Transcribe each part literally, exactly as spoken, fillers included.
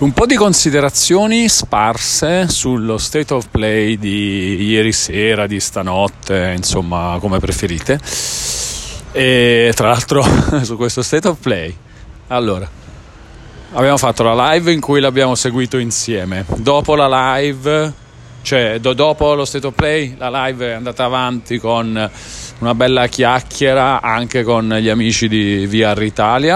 Un po' di considerazioni sparse sullo state of play di ieri sera, di stanotte, insomma, come preferite. E tra l'altro su questo state of play, allora, abbiamo fatto la live in cui l'abbiamo seguito insieme. Dopo la live, cioè do, dopo lo state of play, la live è andata avanti con una bella chiacchiera anche con gli amici di V R Italia.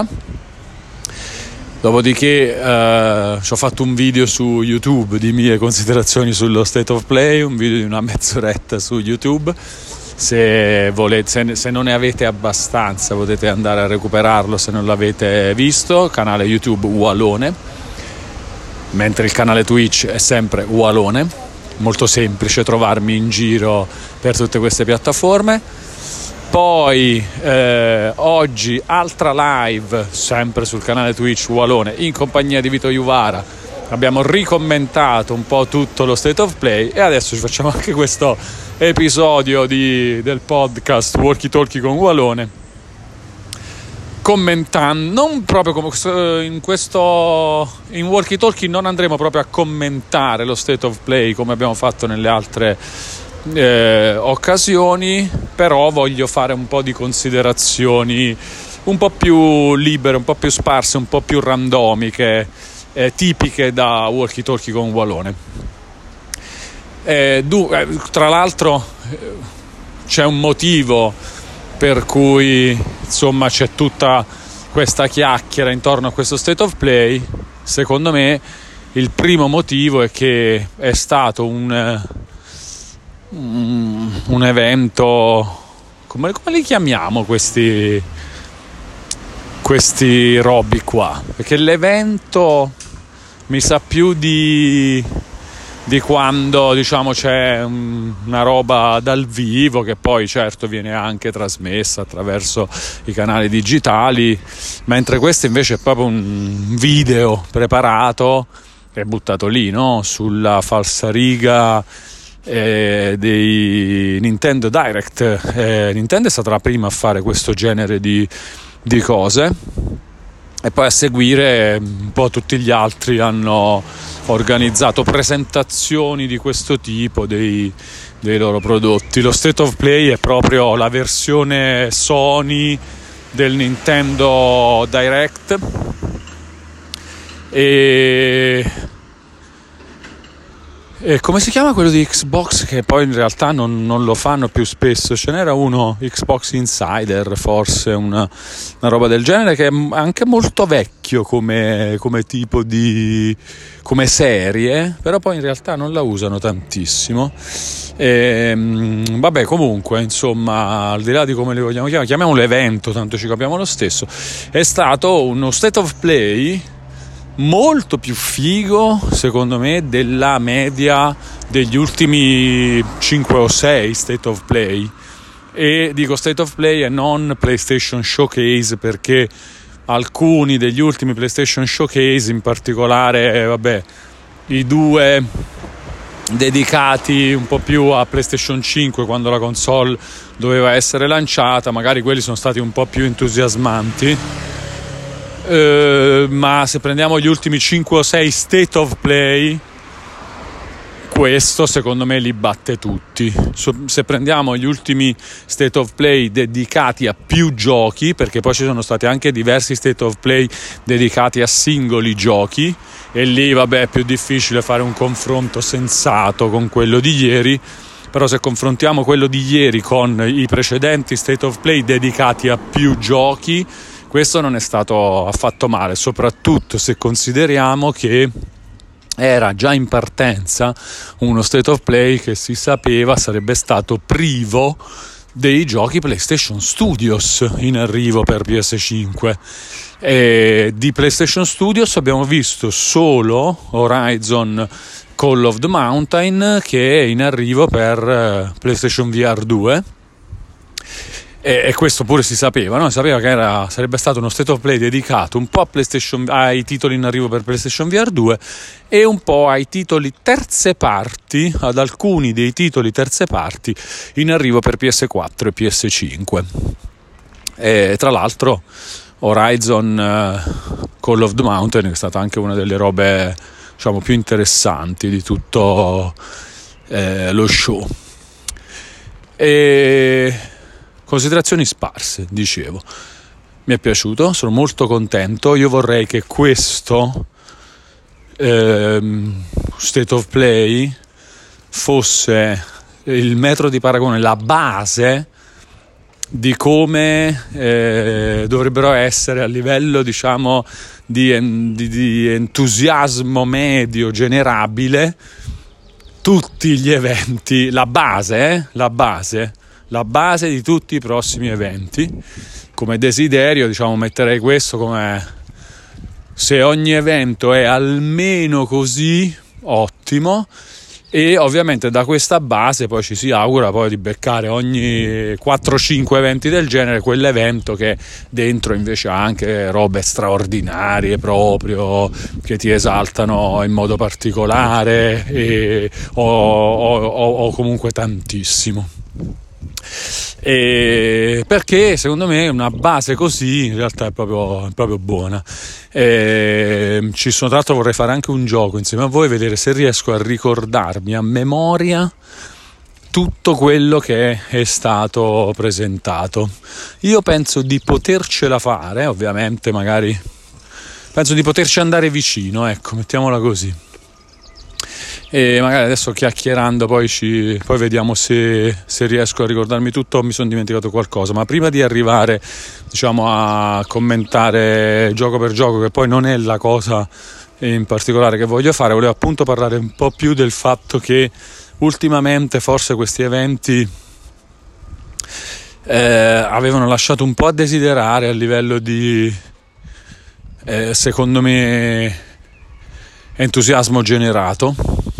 Dopodiché eh, ci ho fatto un video su YouTube di mie considerazioni sullo state of play, un video di una mezz'oretta su YouTube. Se volete, se, se non ne avete abbastanza, potete andare a recuperarlo se non l'avete visto. Canale YouTube Ualone, mentre il canale Twitch è sempre Ualone. Molto semplice trovarmi in giro per tutte queste piattaforme. Poi eh, oggi altra live sempre sul canale Twitch Ualone in compagnia di Vito Juvara. Abbiamo ricommentato un po' tutto lo state of play e adesso ci facciamo anche questo episodio di, del podcast Walkie Talkie con Ualone, commentando non proprio come in questo in Walkie Talkie non andremo proprio a commentare lo state of play come abbiamo fatto nelle altre Eh, occasioni, però voglio fare un po' di considerazioni un po' più libere, un po' più sparse, un po' più randomiche, eh, tipiche da Walkie Talkie con Ualone. Eh, du- eh, tra l'altro eh, c'è un motivo per cui insomma c'è tutta questa chiacchiera intorno a questo state of play. Secondo me il primo motivo è che è stato un un evento, come, come li chiamiamo questi questi robi qua, perché l'evento mi sa più di di quando diciamo c'è una roba dal vivo che poi certo viene anche trasmessa attraverso i canali digitali, mentre questo invece è proprio un video preparato e buttato lì, no? Sulla falsariga Eh, dei Nintendo Direct. eh, Nintendo è stata la prima a fare questo genere di, di cose e poi a seguire un po' tutti gli altri hanno organizzato presentazioni di questo tipo dei, dei loro prodotti. Lo State of Play è proprio la versione Sony del Nintendo Direct e E come si chiama quello di Xbox che poi in realtà non, non lo fanno più spesso? Ce n'era uno, Xbox Insider forse, una, una roba del genere, che è anche molto vecchio come, come tipo di come serie, però poi in realtà non la usano tantissimo. E, vabbè, comunque insomma, al di là di come li vogliamo chiamare, chiamiamolo evento, tanto ci capiamo lo stesso. È stato uno State of Play molto più figo secondo me della media degli ultimi cinque o sei State of Play, e dico State of Play e non PlayStation Showcase, perché alcuni degli ultimi PlayStation Showcase, in particolare vabbè i due dedicati un po' più a PlayStation cinque quando la console doveva essere lanciata, magari quelli sono stati un po' più entusiasmanti. Uh, ma se prendiamo gli ultimi cinque o sei State of Play, questo secondo me li batte tutti. So, se prendiamo gli ultimi State of Play dedicati a più giochi, perché poi ci sono stati anche diversi State of Play dedicati a singoli giochi, e lì vabbè è più difficile fare un confronto sensato con quello di ieri. Però se confrontiamo quello di ieri con i precedenti State of Play dedicati a più giochi, questo non è stato affatto male, soprattutto se consideriamo che era già in partenza uno State of Play che si sapeva sarebbe stato privo dei giochi PlayStation Studios in arrivo per P S cinque. E di PlayStation Studios abbiamo visto solo Horizon Call of the Mountain, che è in arrivo per PlayStation V R due. E questo pure si sapeva, no? Si sapeva che era, sarebbe stato uno State of Play dedicato un po' a PlayStation, ai titoli in arrivo per PlayStation V R due e un po' ai titoli terze parti, ad alcuni dei titoli terze parti in arrivo per P S quattro e P S cinque. E tra l'altro Horizon uh, Call of the Mountain, che è stata anche una delle robe, diciamo, più interessanti di tutto eh, lo show. E considerazioni sparse, dicevo, mi è piaciuto, sono molto contento. Io vorrei che questo ehm, State of Play fosse il metro di paragone, la base di come eh, dovrebbero essere a livello, diciamo, di, di, di entusiasmo medio generabile tutti gli eventi, la base, eh? la base, la base di tutti i prossimi eventi. Come desiderio, diciamo, metterei questo come: se ogni evento è almeno così, ottimo. E ovviamente da questa base poi ci si augura poi di beccare ogni quattro cinque eventi del genere quell'evento che dentro invece ha anche robe straordinarie proprio, che ti esaltano in modo particolare, e, o, o, o comunque tantissimo. E perché secondo me una base così in realtà è proprio, è proprio buona. E ci sono, tra l'altro vorrei fare anche un gioco insieme a voi, vedere se riesco a ricordarmi a memoria tutto quello che è stato presentato. Io penso di potercela fare, ovviamente, magari penso di poterci andare vicino, ecco, mettiamola così. E magari adesso chiacchierando poi ci poi vediamo se, se riesco a ricordarmi tutto o mi sono dimenticato qualcosa. Ma prima di arrivare, diciamo, a commentare gioco per gioco, che poi non è la cosa in particolare che voglio fare, volevo appunto parlare un po' più del fatto che ultimamente forse questi eventi eh, avevano lasciato un po' a desiderare a livello di eh, secondo me entusiasmo generato.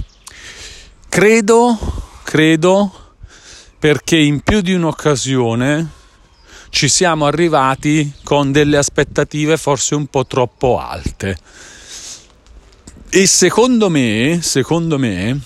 Credo, credo perché in più di un'occasione ci siamo arrivati con delle aspettative forse un po' troppo alte. E secondo me, secondo me,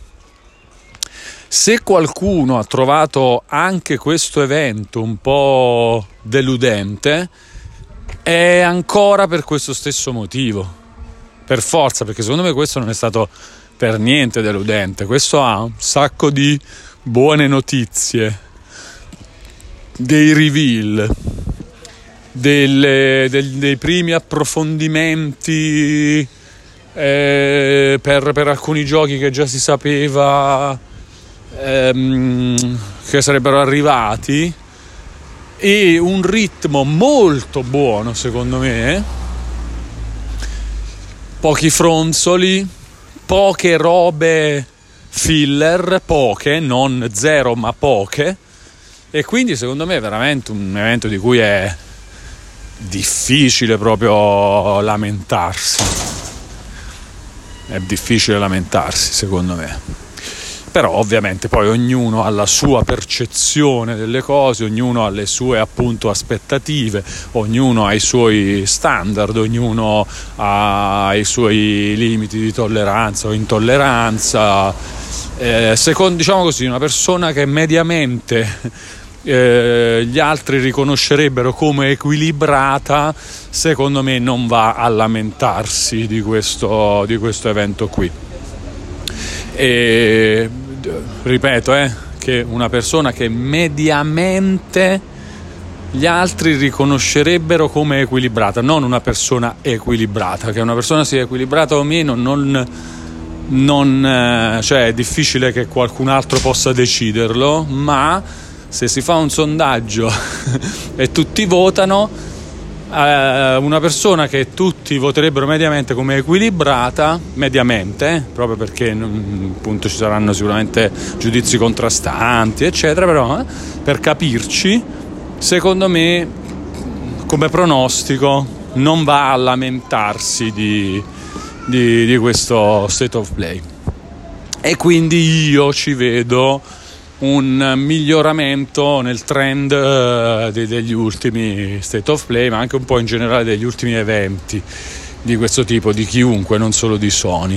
se qualcuno ha trovato anche questo evento un po' deludente, è ancora per questo stesso motivo. Per forza, perché secondo me questo non è stato per niente deludente. Questo ha un sacco di buone notizie, dei reveal, delle, del, dei primi approfondimenti eh, per, per alcuni giochi che già si sapeva ehm, che sarebbero arrivati, e un ritmo molto buono secondo me, pochi fronzoli, poche robe filler, poche, non zero ma poche, e quindi secondo me è veramente un evento di cui è difficile proprio lamentarsi, è difficile lamentarsi secondo me. Però ovviamente poi ognuno ha la sua percezione delle cose, ognuno ha le sue appunto aspettative, ognuno ha i suoi standard, ognuno ha i suoi limiti di tolleranza o intolleranza. Eh, secondo, diciamo così, una persona che mediamente eh, gli altri riconoscerebbero come equilibrata, secondo me non va a lamentarsi di questo, di questo evento qui. E ripeto eh, che una persona che mediamente gli altri riconoscerebbero come equilibrata, non una persona equilibrata, che una persona sia equilibrata o meno non, non cioè è difficile che qualcun altro possa deciderlo, ma se si fa un sondaggio e tutti votano, una persona che tutti voterebbero mediamente come equilibrata, mediamente, eh, proprio perché appunto ci saranno sicuramente giudizi contrastanti eccetera, però eh, per capirci, secondo me come pronostico non va a lamentarsi di, di, di questo State of Play, e quindi io ci vedo un miglioramento nel trend uh, de- degli ultimi State of Play, ma anche un po' in generale degli ultimi eventi di questo tipo, di chiunque, non solo di Sony.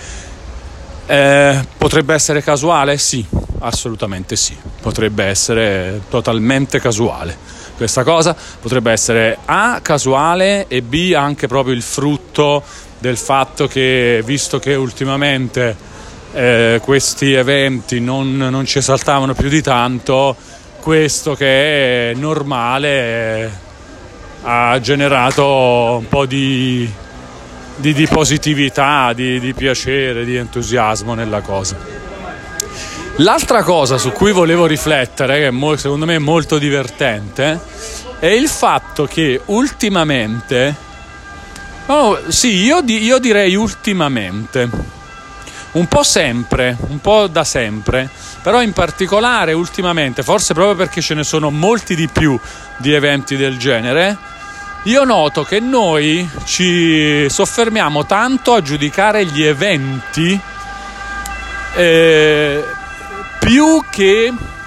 Eh, potrebbe essere casuale? Sì, assolutamente sì, potrebbe essere totalmente casuale. questa cosa, potrebbe essere A, casuale, e B, anche proprio il frutto del fatto che, visto che ultimamente eh, questi eventi non, non ci esaltavano più di tanto, questo che è normale eh, ha generato un po' di, di, di positività, di, di piacere, di entusiasmo nella cosa. L'altra cosa su cui volevo riflettere, che è mo- secondo me è molto divertente, è il fatto che ultimamente, oh, sì, io, di- io direi ultimamente, un po' sempre, un po' da sempre, però in particolare ultimamente, forse proprio perché ce ne sono molti di più di eventi del genere, io noto che noi ci soffermiamo tanto a giudicare gli eventi eh, più che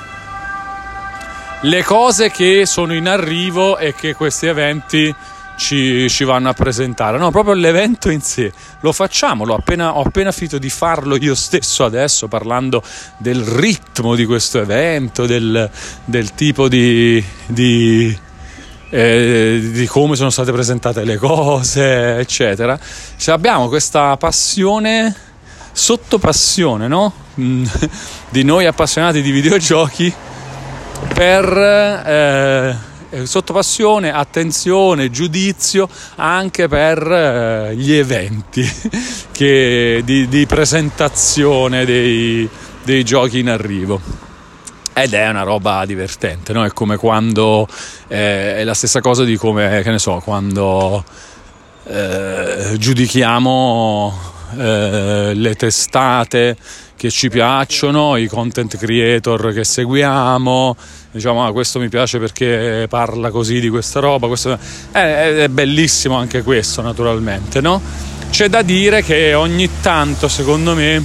le cose che sono in arrivo e che questi eventi Ci, ci vanno a presentare. No, proprio l'evento in sé lo facciamo, l'ho appena, ho appena finito di farlo io stesso adesso, parlando del ritmo di questo evento, del, del tipo di, di, eh, di come sono state presentate le cose, eccetera. Cioè, abbiamo questa passione, sottopassione, no? Di noi appassionati di videogiochi per eh, sotto passione, attenzione, giudizio anche per eh, gli eventi che, di, di presentazione dei, dei giochi in arrivo, ed è una roba divertente, no? È come quando eh, è la stessa cosa di come, che ne so, quando eh, giudichiamo eh, le testate che ci piacciono, i content creator che seguiamo, diciamo ah, questo mi piace perché parla così di questa roba, questo è, è bellissimo anche questo, naturalmente, no? C'è da dire che ogni tanto, secondo me,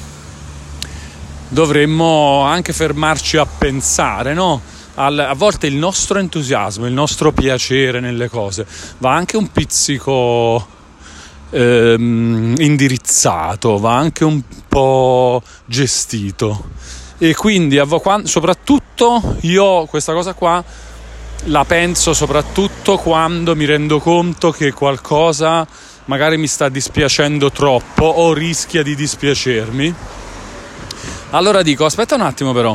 dovremmo anche fermarci a pensare, no? Al, a volte il nostro entusiasmo, il nostro piacere nelle cose va anche un pizzico Ehm, indirizzato, va anche un po' gestito, e quindi soprattutto io questa cosa qua la penso soprattutto quando mi rendo conto che qualcosa magari mi sta dispiacendo troppo o rischia di dispiacermi. Allora dico aspetta un attimo, però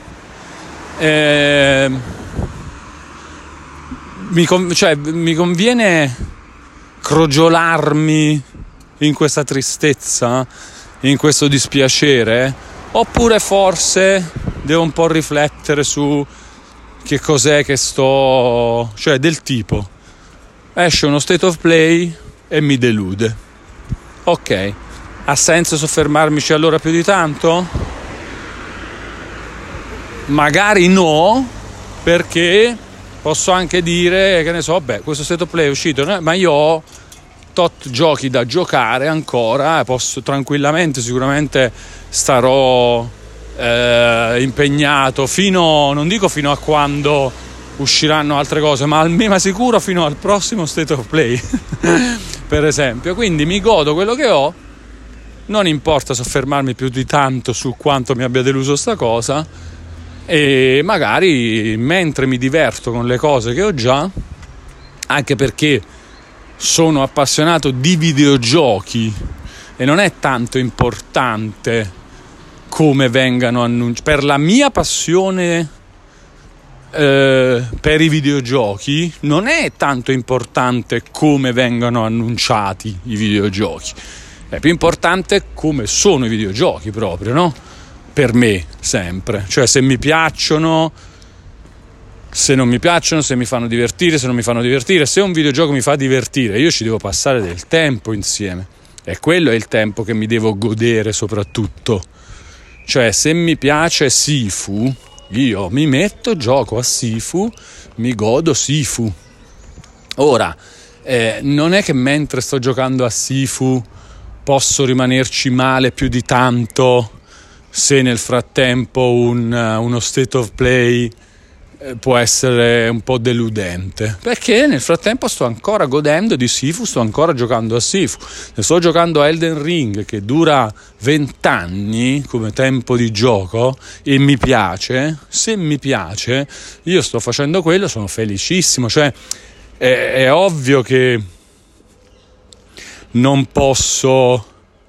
eh, mi, con- cioè, mi conviene crogiolarmi in questa tristezza, in questo dispiacere, oppure forse devo un po' riflettere su che cos'è che sto, cioè del tipo esce uno state of play e mi delude, ok, ha senso soffermarmici allora più di tanto? Magari no, perché posso anche dire, che ne so, beh, questo state of play è uscito, ma io ho tot giochi da giocare ancora, posso tranquillamente, sicuramente starò eh, impegnato fino, non dico fino a quando usciranno altre cose, ma almeno sicuro fino al prossimo state of play, per esempio. Quindi mi godo quello che ho, non importa soffermarmi più di tanto su quanto mi abbia deluso sta cosa, e magari mentre mi diverto con le cose che ho già, anche perché sono appassionato di videogiochi e non è tanto importante come vengano annunciati, per la mia passione eh, per i videogiochi non è tanto importante come vengono annunciati i videogiochi, è più importante come sono i videogiochi proprio, no? Per me sempre, cioè se mi piacciono, se non mi piacciono, se mi fanno divertire, se non mi fanno divertire. Se un videogioco mi fa divertire, io ci devo passare del tempo insieme, e quello è il tempo che mi devo godere soprattutto. Cioè se mi piace Sifu, io mi metto, gioco a Sifu, mi godo Sifu. Ora eh, non è che mentre sto giocando a Sifu posso rimanerci male più di tanto se nel frattempo un, uno state of play può essere un po' deludente, perché nel frattempo sto ancora godendo di Sifu, sto ancora giocando a Sifu. Se sto giocando a Elden Ring, che dura venti anni come tempo di gioco, e mi piace, se mi piace, io sto facendo quello, sono felicissimo. Cioè è, è ovvio che non posso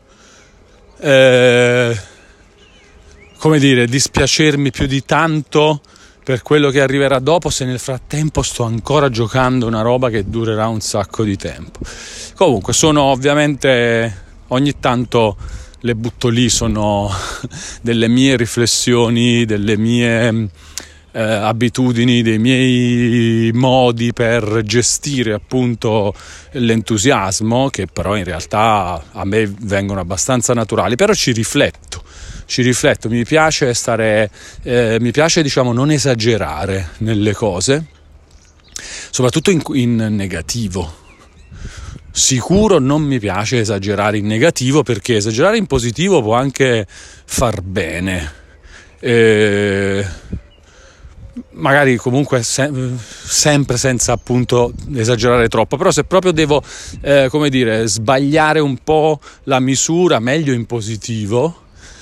eh, come dire, dispiacermi più di tanto per quello che arriverà dopo, se nel frattempo sto ancora giocando una roba che durerà un sacco di tempo. Comunque sono ovviamente, ogni tanto le butto lì, sono delle mie riflessioni, delle mie eh, abitudini, dei miei modi per gestire appunto l'entusiasmo, che però in realtà a me vengono abbastanza naturali, però ci rifletto. Ci rifletto, mi piace stare, eh, mi piace diciamo non esagerare nelle cose, soprattutto in, in negativo. Sicuro non mi piace esagerare in negativo, perché esagerare in positivo può anche far bene, eh, magari comunque se, sempre senza appunto esagerare troppo, però se proprio devo eh, come dire sbagliare un po' la misura, meglio in positivo.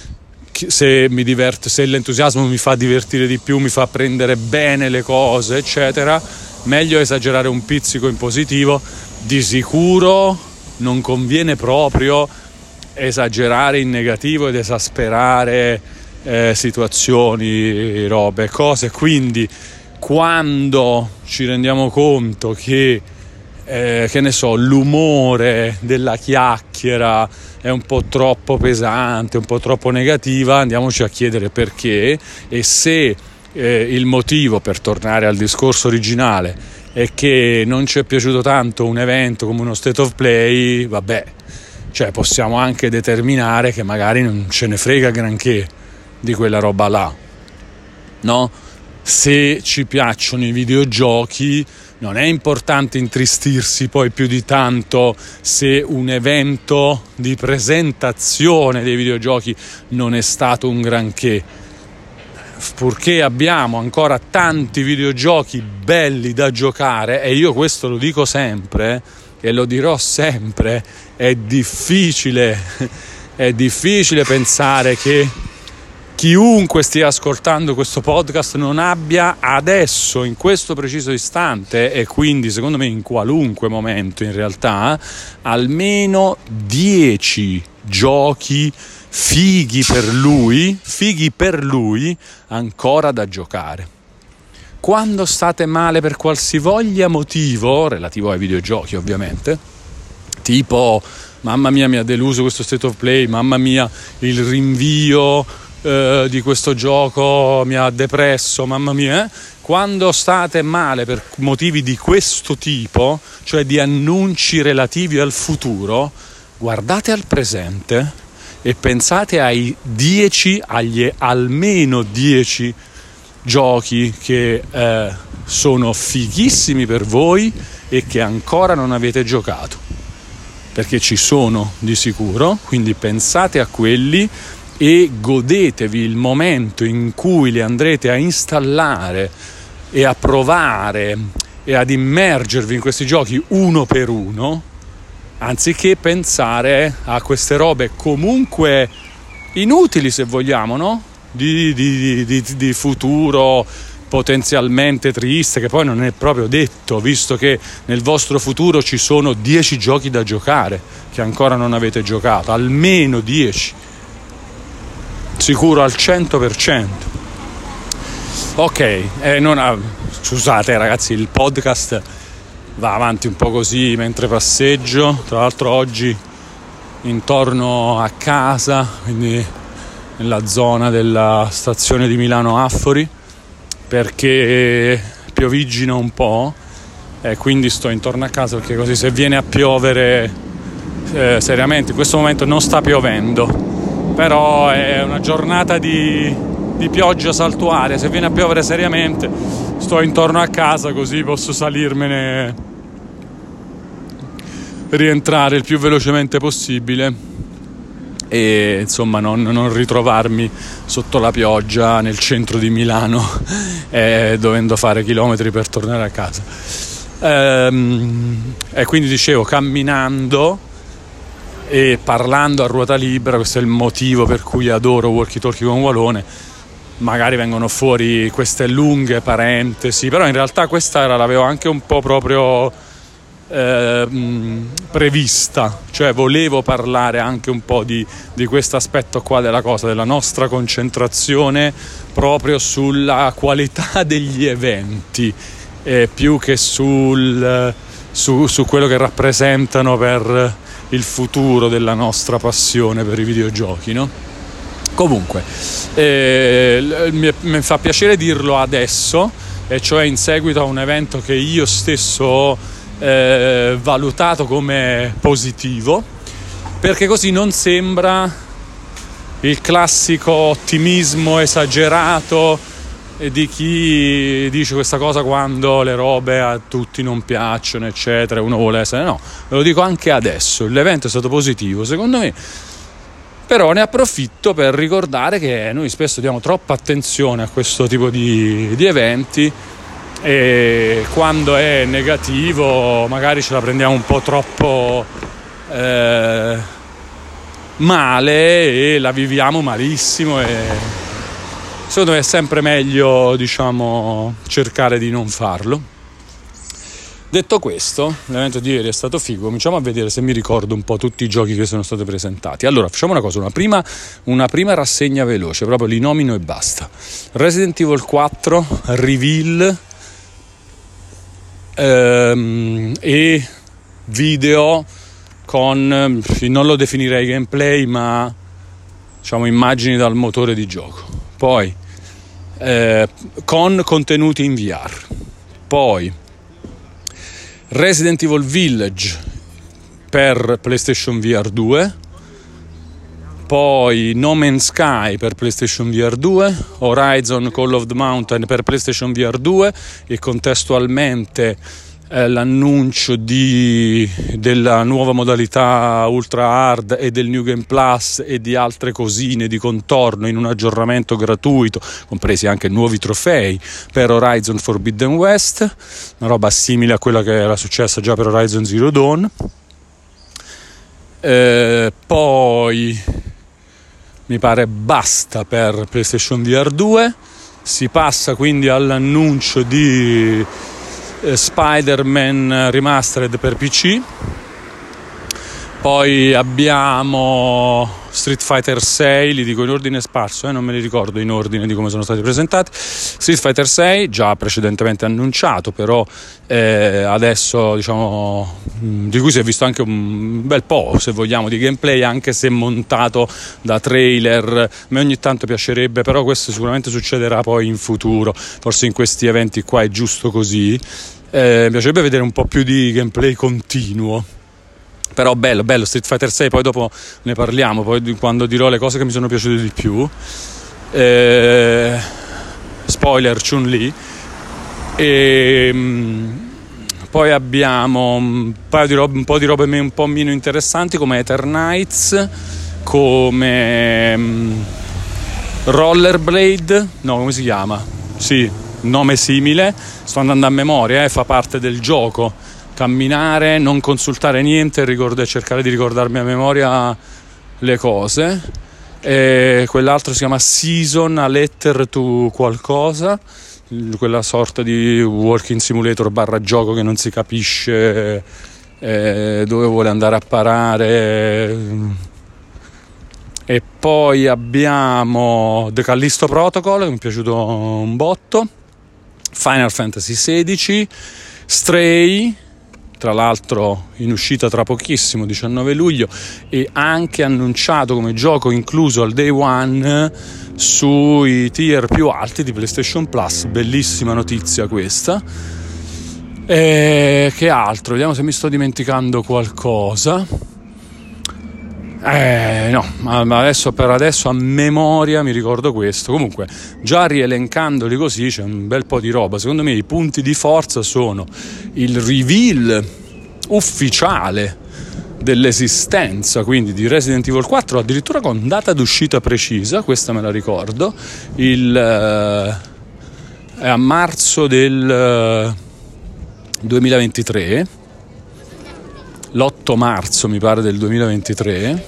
Se mi diverte, se l'entusiasmo mi fa divertire di più, mi fa prendere bene le cose, eccetera, meglio esagerare un pizzico in positivo. Di sicuro non conviene proprio esagerare in negativo ed esasperare eh, situazioni, robe, cose. Quindi quando ci rendiamo conto che eh, che ne so, l'umore della chiacchiera è un po' troppo pesante, un po' troppo negativa, andiamoci a chiedere perché, e se eh, il motivo, per tornare al discorso originale, è che non ci è piaciuto tanto un evento come uno State of Play, vabbè, cioè possiamo anche determinare che magari non ce ne frega granché di quella roba là, no? Se ci piacciono i videogiochi, non è importante intristirsi poi più di tanto se un evento di presentazione dei videogiochi non è stato un granché, purché abbiamo ancora tanti videogiochi belli da giocare. E io questo lo dico sempre e lo dirò sempre, è difficile è difficile pensare che chiunque stia ascoltando questo podcast non abbia adesso, in questo preciso istante, e quindi secondo me in qualunque momento in realtà, almeno dieci giochi fighi per lui, fighi per lui ancora da giocare. Quando state male per qualsivoglia motivo, relativo ai videogiochi ovviamente, tipo mamma mia mi ha deluso questo State of Play, mamma mia il rinvio Uh, di questo gioco mi ha depresso, mamma mia, eh? Quando state male per motivi di questo tipo, cioè di annunci relativi al futuro, guardate al presente e pensate ai dieci, agli almeno dieci giochi che eh, sono fighissimi per voi e che ancora non avete giocato, perché ci sono di sicuro. Quindi pensate a quelli e godetevi il momento in cui li andrete a installare e a provare e ad immergervi in questi giochi uno per uno, anziché pensare a queste robe comunque inutili, se vogliamo, no? Di, di, di, di futuro potenzialmente triste, che poi non è proprio detto, visto che nel vostro futuro ci sono dieci giochi da giocare che ancora non avete giocato, almeno dieci. Sicuro al cento per cento. Ok, eh, non ha... scusate ragazzi, il podcast va avanti un po' così mentre passeggio. Tra l'altro oggi intorno a casa, quindi nella zona della stazione di Milano Affori, perché piovigina un po' e quindi sto intorno a casa, perché così se viene a piovere eh, seriamente, in questo momento non sta piovendo, però è una giornata di, di pioggia saltuaria, se viene a piovere seriamente sto intorno a casa, così posso salirmene, rientrare il più velocemente possibile e insomma non, non ritrovarmi sotto la pioggia nel centro di Milano eh, dovendo fare chilometri per tornare a casa. Ehm, e quindi dicevo, camminando e parlando a ruota libera, questo è il motivo per cui adoro Walkie Talkie con Walone. Magari vengono fuori queste lunghe parentesi, però in realtà questa era, l'avevo anche un po' proprio eh, prevista, cioè volevo parlare anche un po' di, di questo aspetto qua della cosa, della nostra concentrazione proprio sulla qualità degli eventi, eh, più che sul, su, su quello che rappresentano per il futuro della nostra passione per i videogiochi, no? Comunque, eh, mi, mi fa piacere dirlo adesso, e cioè in seguito a un evento che io stesso ho eh, valutato come positivo, perché così non sembra il classico ottimismo esagerato di chi dice questa cosa quando le robe a tutti non piacciono, eccetera, uno vuole essere... No, ve lo dico anche adesso, l'evento è stato positivo, secondo me. Però ne approfitto per ricordare che noi spesso diamo troppa attenzione a questo tipo di, di eventi, e quando è negativo magari ce la prendiamo un po' troppo eh, male e la viviamo malissimo, e secondo me è sempre meglio, diciamo, cercare di non farlo. Detto questo, l'evento di ieri è stato figo, cominciamo a vedere se mi ricordo un po' tutti i giochi che sono stati presentati. Allora, facciamo una cosa, una prima, una prima rassegna veloce, proprio li nomino e basta. Resident Evil quattro, reveal ehm, e video con, non lo definirei gameplay, ma diciamo immagini dal motore di gioco. Poi, eh, con contenuti in V R. Poi, Resident Evil Village per PlayStation V R due, poi No Man's Sky per PlayStation V R due, Horizon Call of the Mountain per PlayStation V R due e contestualmente eh, l'annuncio di, della nuova modalità Ultra Hard e del New Game Plus e di altre cosine di contorno in un aggiornamento gratuito, compresi anche nuovi trofei per Horizon Forbidden West, una roba simile a quella che era successa già per Horizon Zero Dawn. Eh, poi mi pare basta per PlayStation V R due, si passa quindi all'annuncio di eh, Spider-Man Remastered per P C. Poi abbiamo Street Fighter sei, li dico in ordine sparso, eh, non me li ricordo in ordine di come sono stati presentati. Street Fighter sei, già precedentemente annunciato, però eh, adesso diciamo di cui si è visto anche un bel po', se vogliamo, di gameplay, anche se montato da trailer. A me ogni tanto piacerebbe, però questo sicuramente succederà poi in futuro, forse in questi eventi qua è giusto così. Eh, mi piacerebbe vedere un po' più di gameplay continuo. Però bello, bello Street Fighter sei, poi dopo ne parliamo, poi quando dirò le cose che mi sono piaciute di più. Eh, spoiler, Chun-Li. E mh, poi abbiamo un paio di robe, un po' di robe un po' meno interessanti, come Eternights, come mh, Rollerblade, no, come si chiama? Sì, nome simile, sto andando a memoria, eh, fa parte del gioco. Camminare, non consultare niente, ricordo, cercare di ricordarmi a memoria le cose. E quell'altro si chiama Season, a letter to qualcosa, quella sorta di walking simulator barra gioco che non si capisce eh, dove vuole andare a parare. E poi abbiamo The Callisto Protocol, che mi è piaciuto un botto, Final Fantasy sedici, Stray, tra l'altro in uscita tra pochissimo, diciannove luglio, e anche annunciato come gioco incluso al day one sui tier più alti di PlayStation Plus. Bellissima notizia questa. E che altro? Vediamo se mi sto dimenticando qualcosa. Eh, no, ma adesso per adesso a memoria mi ricordo questo. Comunque, già rielencandoli così c'è un bel po' di roba. Secondo me i punti di forza sono il reveal ufficiale dell'esistenza quindi di Resident Evil quattro, addirittura con data d'uscita precisa, questa me la ricordo, il, eh, è a marzo del eh, duemilaventitré, l'otto marzo mi pare del duemilaventitré,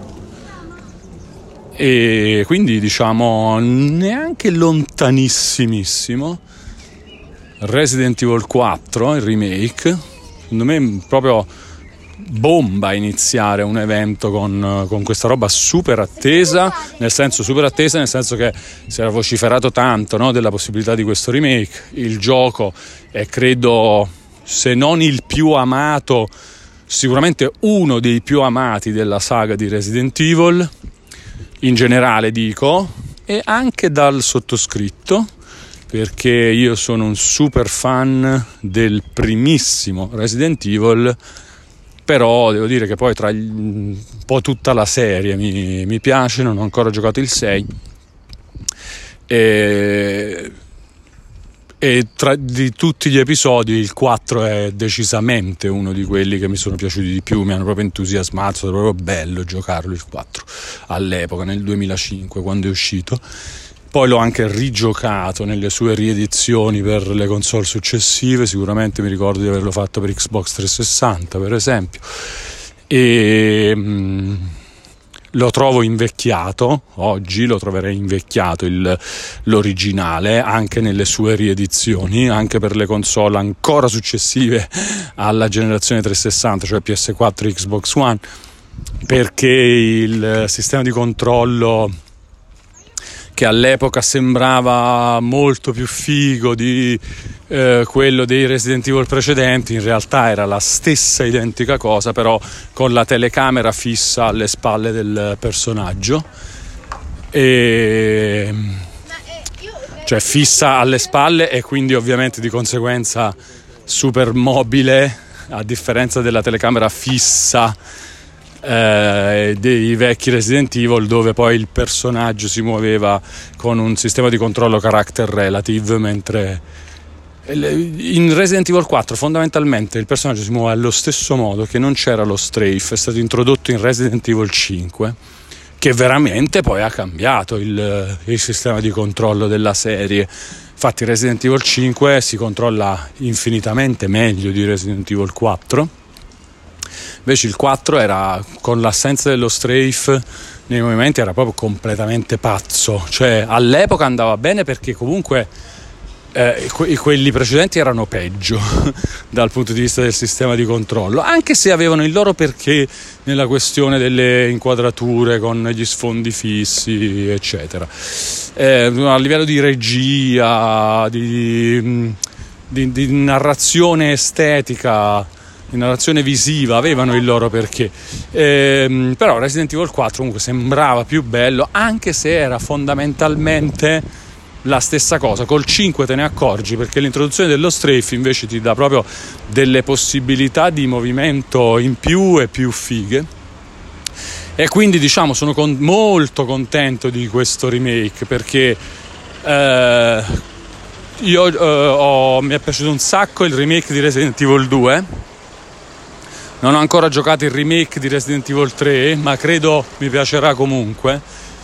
e quindi diciamo neanche lontanissimissimo. Resident Evil quattro, il remake, secondo me proprio bomba iniziare un evento con, con questa roba super attesa, nel senso super attesa nel senso che si era vociferato tanto, no, della possibilità di questo remake. Il gioco è, credo, se non il più amato, sicuramente uno dei più amati della saga di Resident Evil in generale, dico, e anche dal sottoscritto, perché io sono un super fan del primissimo Resident Evil, però devo dire che poi tra gli, un po' tutta la serie mi, mi piace. Non ho ancora giocato il sei, e, e tra di tutti gli episodi il quattro è decisamente uno di quelli che mi sono piaciuti di più, mi hanno proprio entusiasmato, è stato proprio bello giocarlo il quattro all'epoca, nel duemilacinque, quando è uscito. Poi l'ho anche rigiocato nelle sue riedizioni per le console successive, sicuramente mi ricordo di averlo fatto per Xbox trecentosessanta per esempio, e mh, lo trovo invecchiato, oggi lo troverei invecchiato il, l'originale, anche nelle sue riedizioni, anche per le console ancora successive alla generazione trecentosessanta, cioè P S quattro e Xbox One, perché il sistema di controllo, che all'epoca sembrava molto più figo di eh, quello dei Resident Evil precedenti, in realtà era la stessa identica cosa, però con la telecamera fissa alle spalle del personaggio, e cioè fissa alle spalle e quindi ovviamente di conseguenza super mobile, a differenza della telecamera fissa Eh, dei vecchi Resident Evil, dove poi il personaggio si muoveva con un sistema di controllo character relative, mentre in Resident Evil quattro fondamentalmente il personaggio si muove allo stesso modo, che non c'era lo strafe. È stato introdotto in Resident Evil cinque, che veramente poi ha cambiato il, il sistema di controllo della serie. Infatti Resident Evil cinque si controlla infinitamente meglio di Resident Evil quattro. Invece il quattro era, con l'assenza dello strafe nei movimenti, era proprio completamente pazzo. Cioè all'epoca andava bene perché comunque eh, que- quelli precedenti erano peggio dal punto di vista del sistema di controllo, anche se avevano il loro perché nella questione delle inquadrature con gli sfondi fissi eccetera. Eh, a livello di regia, di, di, di narrazione estetica, in narrazione visiva, avevano il loro perché, ehm, però Resident Evil quattro comunque sembrava più bello, anche se era fondamentalmente la stessa cosa. Col cinque te ne accorgi, perché l'introduzione dello strafe invece ti dà proprio delle possibilità di movimento in più e più fighe, e quindi diciamo sono con- molto contento di questo remake, perché eh, io eh, ho, mi è piaciuto un sacco il remake di Resident Evil due. Non ho ancora giocato il remake di Resident Evil tre, ma credo mi piacerà comunque.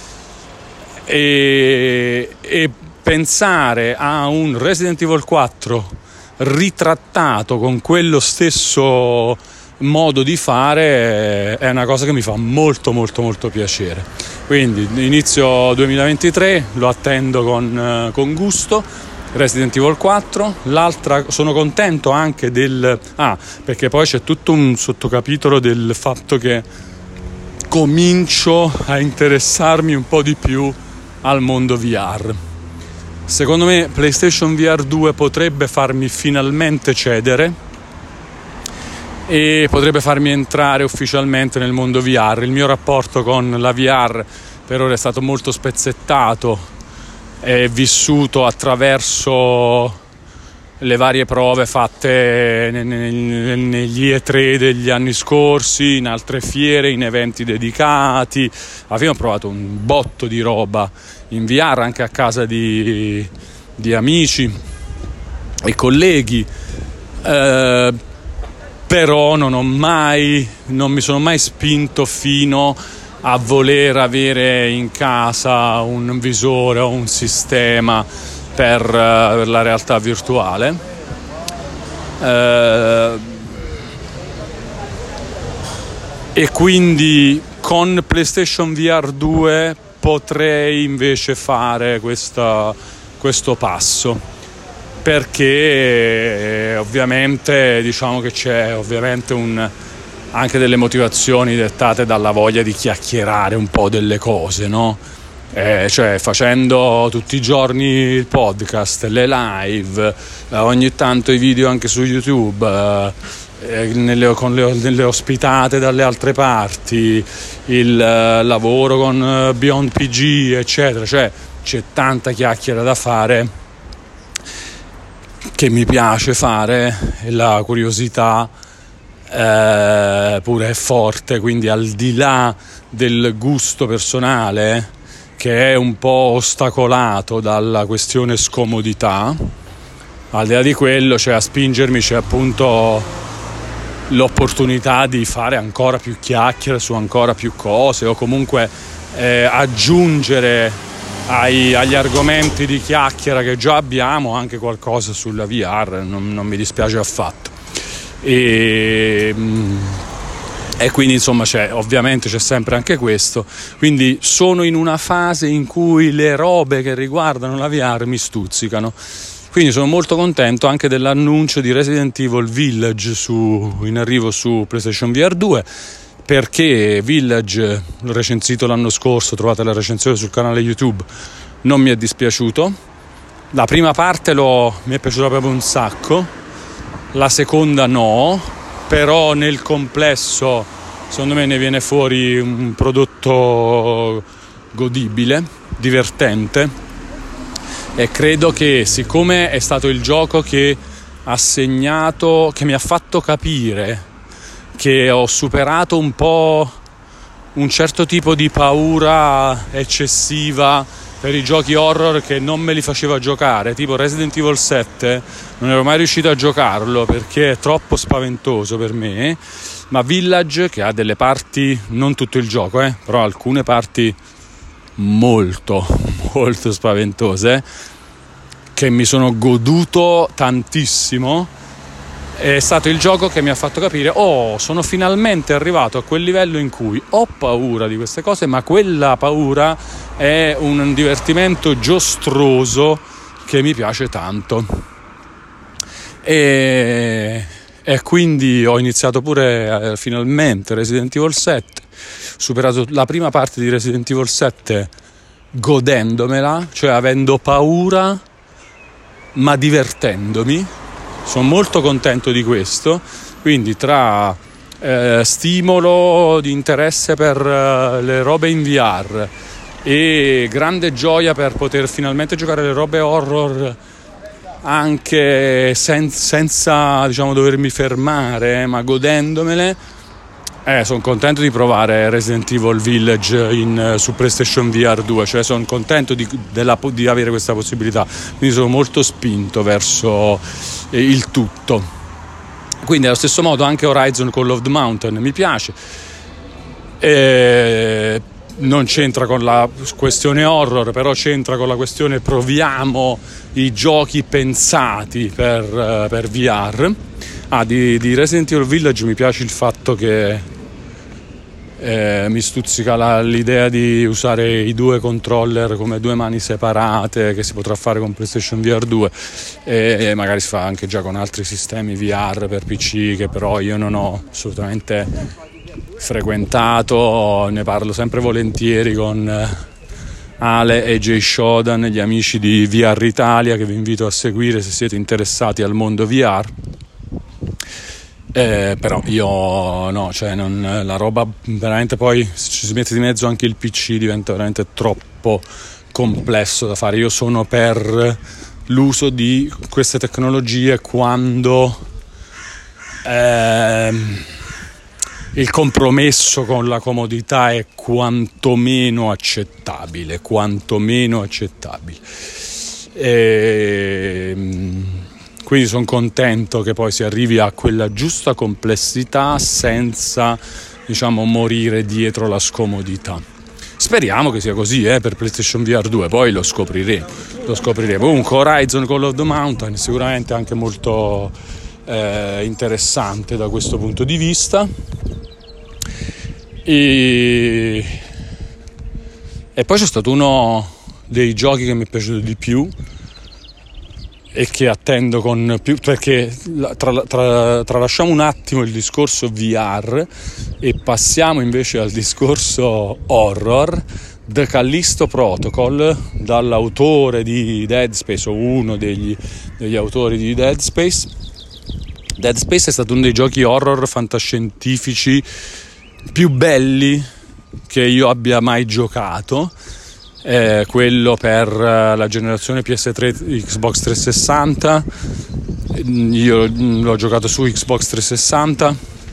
E, e pensare a un Resident Evil quattro ritrattato con quello stesso modo di fare è una cosa che mi fa molto molto molto piacere. Quindi inizio duemilaventitré, lo attendo con, con gusto. Resident Evil quattro, l'altra sono contento anche del ah perché poi c'è tutto un sottocapitolo del fatto che comincio a interessarmi un po' di più al mondo V R. Secondo me PlayStation V R due potrebbe farmi finalmente cedere e potrebbe farmi entrare ufficialmente nel mondo V R. Il mio rapporto con la V R per ora è stato molto spezzettato, è vissuto attraverso le varie prove fatte negli E tre degli anni scorsi, in altre fiere, in eventi dedicati. Alla fine ho provato un botto di roba in V R anche a casa di, di amici e colleghi, eh, però non ho mai non mi sono mai spinto fino a voler avere in casa un visore o un sistema per, per la realtà virtuale. Eh, e quindi con PlayStation V R due potrei invece fare questa, questo passo, perché ovviamente diciamo che c'è ovviamente un, anche delle motivazioni dettate dalla voglia di chiacchierare un po' delle cose, no? Eh, cioè facendo tutti i giorni il podcast, le live, eh, ogni tanto i video anche su YouTube, eh, nelle, con le, nelle ospitate dalle altre parti, il eh, lavoro con eh, Beyond P G, eccetera. Cioè c'è tanta chiacchiera da fare che mi piace fare, e la curiosità eh, pure è forte, quindi al di là del gusto personale, che è un po' ostacolato dalla questione scomodità, al di là di quello, cioè a spingermi c'è appunto l'opportunità di fare ancora più chiacchiere su ancora più cose, o comunque eh, aggiungere ai, agli argomenti di chiacchiera che già abbiamo anche qualcosa sulla V R, non, non mi dispiace affatto. E... E quindi insomma c'è, ovviamente c'è sempre anche questo, quindi sono in una fase in cui le robe che riguardano la V R mi stuzzicano, quindi sono molto contento anche dell'annuncio di Resident Evil Village su, in arrivo su PlayStation V R due, perché Village, l'ho recensito l'anno scorso, trovate la recensione sul canale YouTube, non mi è dispiaciuto. La prima parte l'ho, mi è piaciuta proprio un sacco, la seconda no, però nel complesso secondo me ne viene fuori un prodotto godibile, divertente, e credo che, siccome è stato il gioco che ha segnato, che mi ha fatto capire che ho superato un po' un certo tipo di paura eccessiva per i giochi horror che non me li faceva giocare, tipo Resident Evil sette, non ero mai riuscito a giocarlo perché è troppo spaventoso per me, ma Village, che ha delle parti, non tutto il gioco, eh, però alcune parti molto, molto spaventose, che mi sono goduto tantissimo, è stato il gioco che mi ha fatto capire, oh, sono finalmente arrivato a quel livello in cui ho paura di queste cose, ma quella paura è un divertimento giostroso che mi piace tanto. E, e quindi ho iniziato pure eh, finalmente Resident Evil sette, superato la prima parte di Resident Evil sette godendomela, cioè avendo paura ma divertendomi. Sono molto contento di questo, quindi tra eh, stimolo di interesse per eh, le robe in V R e grande gioia per poter finalmente giocare le robe horror anche sen- senza diciamo dovermi fermare, ma godendomele, eh, sono contento di provare Resident Evil Village in, su PlayStation V R due, cioè sono contento di, della, di avere questa possibilità, quindi sono molto spinto verso eh, il tutto. Quindi allo stesso modo anche Horizon Call of the Mountain mi piace, eh, non c'entra con la questione horror, però c'entra con la questione proviamo i giochi pensati per, uh, per V R. Ah, di, di Resident Evil Village mi piace il fatto che eh, mi stuzzica la, l'idea di usare i due controller come due mani separate, che si potrà fare con PlayStation V R due, e, e magari si fa anche già con altri sistemi V R per P C che però io non ho assolutamente frequentato. Ne parlo sempre volentieri con Ale e Jay Shodan, gli amici di V R Italia, che vi invito a seguire se siete interessati al mondo V R. Eh, però io no, cioè non, la roba veramente, poi se ci si mette di mezzo anche il P C diventa veramente troppo complesso da fare. Io sono per l'uso di queste tecnologie quando ehm, il compromesso con la comodità è quantomeno quantomeno accettabile quantomeno accettabile. E, quindi sono contento che poi si arrivi a quella giusta complessità senza, diciamo, morire dietro la scomodità. Speriamo che sia così eh, per PlayStation V R due, poi lo scopriremo, lo scopriremo. Comunque Horizon Call of the Mountain sicuramente anche molto eh, interessante da questo punto di vista. E... e poi c'è stato uno dei giochi che mi è piaciuto di più e che attendo con più, perché tra, tra, tralasciamo un attimo il discorso V R e passiamo invece al discorso horror. The Callisto Protocol, dall'autore di Dead Space, o uno degli, degli autori di Dead Space. Dead Space è stato uno dei giochi horror fantascientifici più belli che io abbia mai giocato. Eh, quello per la generazione P S tre, Xbox trecentosessanta. Io l'ho giocato su Xbox trecentosessanta,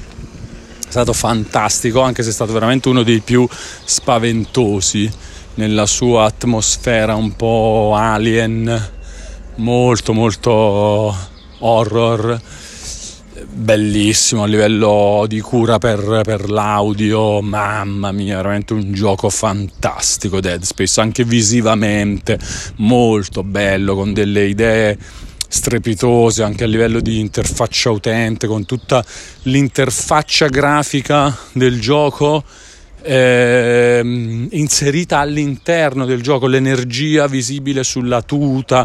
è stato fantastico, anche se è stato veramente uno dei più spaventosi nella sua atmosfera un po' alien, molto molto horror, bellissimo a livello di cura per, per l'audio, mamma mia, veramente un gioco fantastico Dead Space, anche visivamente molto bello, con delle idee strepitose anche a livello di interfaccia utente, con tutta l'interfaccia grafica del gioco eh, inserita all'interno del gioco, l'energia visibile sulla tuta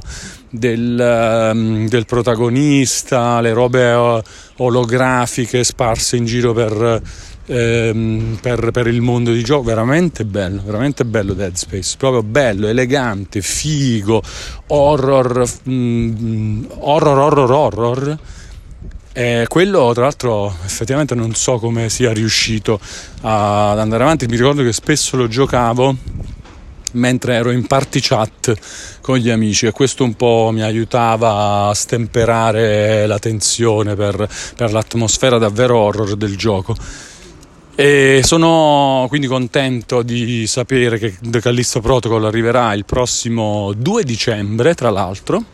del, del protagonista, le robe olografiche sparse in giro per, ehm, per, per il mondo di gioco. Veramente bello, veramente bello Dead Space, proprio bello, elegante, figo, horror, mm, horror, horror, horror. E quello tra l'altro effettivamente non so come sia riuscito ad andare avanti. Mi ricordo che spesso lo giocavo mentre ero in party chat con gli amici e questo un po' mi aiutava a stemperare la tensione per, per l'atmosfera davvero horror del gioco. E sono quindi contento di sapere che The Callisto Protocol arriverà il prossimo due dicembre, tra l'altro,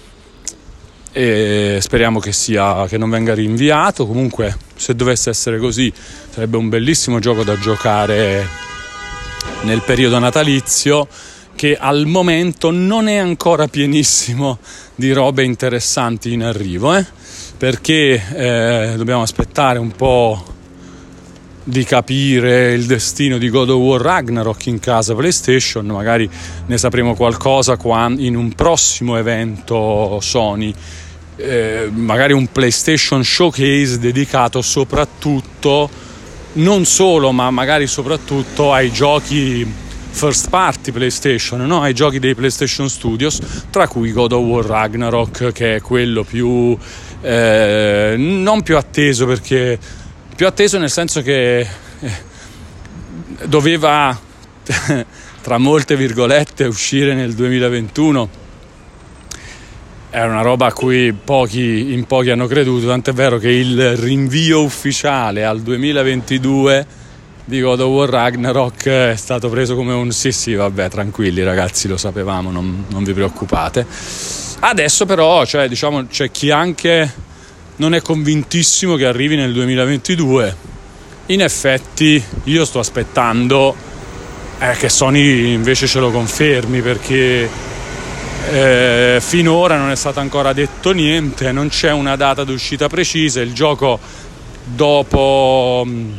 e speriamo che sia, che non venga rinviato. Comunque, se dovesse essere così, sarebbe un bellissimo gioco da giocare nel periodo natalizio, che al momento non è ancora pienissimo di robe interessanti in arrivo, eh? perché eh, dobbiamo aspettare un po' di capire il destino di God of War Ragnarok in casa PlayStation. Magari ne sapremo qualcosa quando, in un prossimo evento Sony, eh, magari un PlayStation Showcase dedicato soprattutto, non solo, ma magari soprattutto ai giochi first party PlayStation, no? Ai giochi dei PlayStation Studios, tra cui God of War Ragnarok, che è quello più eh, non più atteso, perché più atteso nel senso che eh, doveva tra molte virgolette uscire nel duemilaventuno. Era una roba a cui pochi in pochi hanno creduto, tant'è vero che il rinvio ufficiale al duemilaventidue di God of War Ragnarok è stato preso come un sì sì vabbè, tranquilli ragazzi, lo sapevamo, non, non vi preoccupate. Adesso però, cioè, diciamo, c'è chi anche non è convintissimo che arrivi nel duemilaventidue. In effetti io sto aspettando eh, che Sony invece ce lo confermi, perché Eh, finora non è stato ancora detto niente, non c'è una data d'uscita precisa. Il gioco, dopo mh,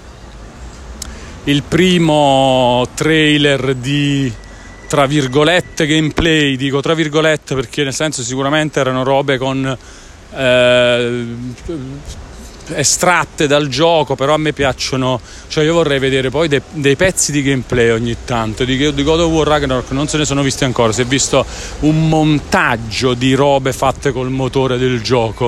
il primo trailer di tra virgolette gameplay, dico tra virgolette perché nel senso sicuramente erano robe con eh, estratte dal gioco, però a me piacciono, cioè io vorrei vedere poi dei, dei pezzi di gameplay ogni tanto. Di, di God of War Ragnarok non se ne sono visti ancora, si è visto un montaggio di robe fatte col motore del gioco,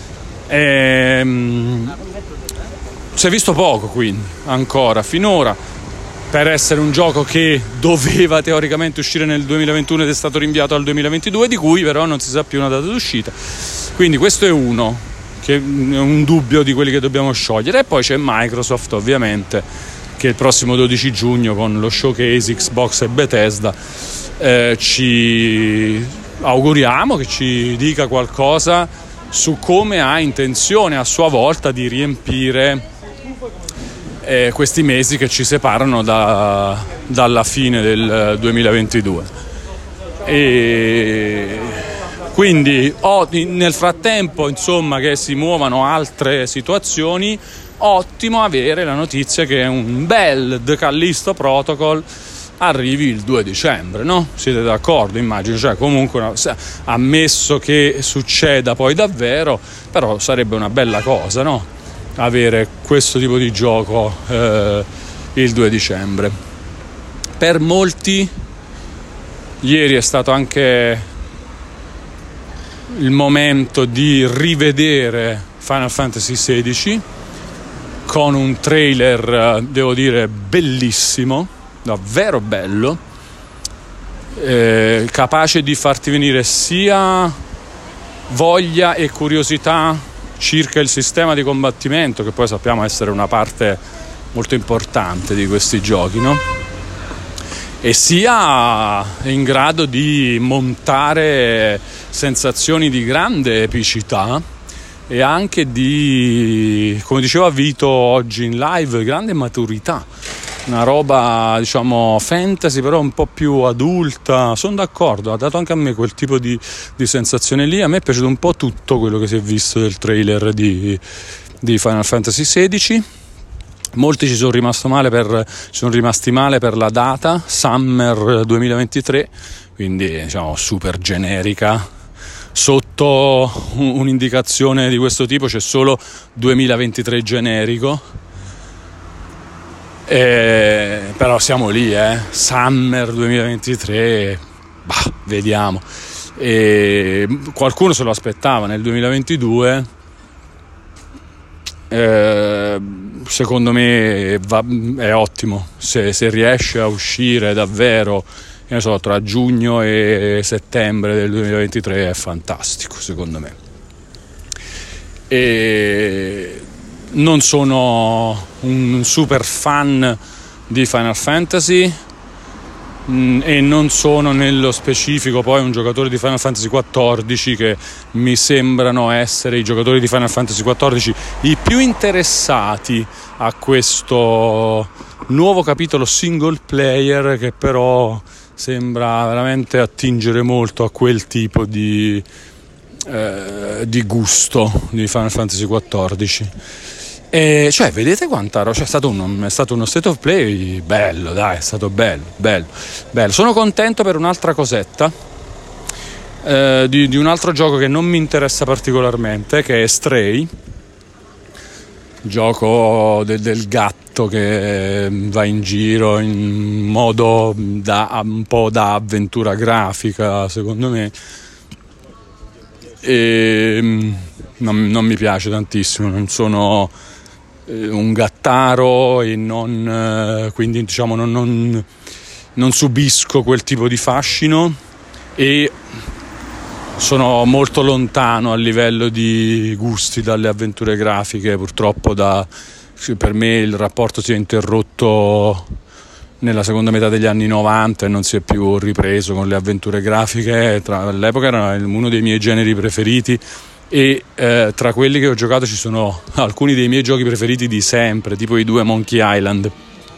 ehm, si è visto poco, quindi ancora finora, per essere un gioco che doveva teoricamente uscire nel duemilaventuno ed è stato rinviato al duemilaventidue, di cui però non si sa più una data d'uscita. Quindi questo è uno, che è un dubbio di quelli che dobbiamo sciogliere. E poi c'è Microsoft, ovviamente, che il prossimo dodici giugno con lo showcase Xbox e Bethesda eh, ci auguriamo che ci dica qualcosa su come ha intenzione a sua volta di riempire eh, questi mesi che ci separano da, dalla fine del duemilaventidue. E quindi oh, nel frattempo, insomma, che si muovano altre situazioni, ottimo avere la notizia che un bel The Callisto Protocol arrivi il due dicembre, no? Siete d'accordo? Immagino, cioè comunque ammesso che succeda poi davvero, però sarebbe una bella cosa, no? Avere questo tipo di gioco eh, il due dicembre. Per molti ieri è stato anche il momento di rivedere Final Fantasy sedici con un trailer, devo dire, bellissimo, davvero bello, eh, capace di farti venire sia voglia e curiosità circa il sistema di combattimento, che poi sappiamo essere una parte molto importante di questi giochi, no? E sia in grado di montare sensazioni di grande epicità e anche di, come diceva Vito oggi in live, grande maturità, una roba diciamo fantasy però un po' più adulta. Sono d'accordo, ha dato anche a me quel tipo di, di sensazione lì. A me è piaciuto un po' tutto quello che si è visto del trailer di, di Final Fantasy sedici. Molti ci sono rimasto male per, ci sono rimasti male per la data Summer duemilaventitré, quindi diciamo super generica. Sotto un'indicazione di questo tipo c'è solo duemilaventitré generico, eh, però siamo lì, eh. Summer duemilaventitré, bah, vediamo. E qualcuno se lo aspettava nel duemilaventidue, eh, secondo me va, è ottimo se, se riesce a uscire davvero, che ne so, tra giugno e settembre del duemilaventitré, è fantastico secondo me. E non sono un super fan di Final Fantasy mh, e non sono nello specifico poi un giocatore di Final Fantasy quattordici, che mi sembrano essere i giocatori di Final Fantasy quattordici i più interessati a questo nuovo capitolo single player, che però sembra veramente attingere molto a quel tipo di, eh, di gusto di Final Fantasy quattordici. E cioè, vedete quanta roba, cioè, è stato uno, è stato uno state of play bello, dai, è stato bello, bello, bello. Sono contento per un'altra cosetta, eh, di, di un altro gioco che non mi interessa particolarmente, che è Stray, gioco del, del gatto che va in giro in modo da un po' da avventura grafica, secondo me, e non, non mi piace tantissimo. Non sono eh, un gattaro e non eh, quindi diciamo non, non, non subisco quel tipo di fascino, e sono molto lontano a livello di gusti dalle avventure grafiche. Purtroppo da, per me il rapporto si è interrotto nella seconda metà degli anni novanta e non si è più ripreso con le avventure grafiche. Tra, all'epoca era uno dei miei generi preferiti, e eh, tra quelli che ho giocato ci sono alcuni dei miei giochi preferiti di sempre, tipo i due Monkey Island.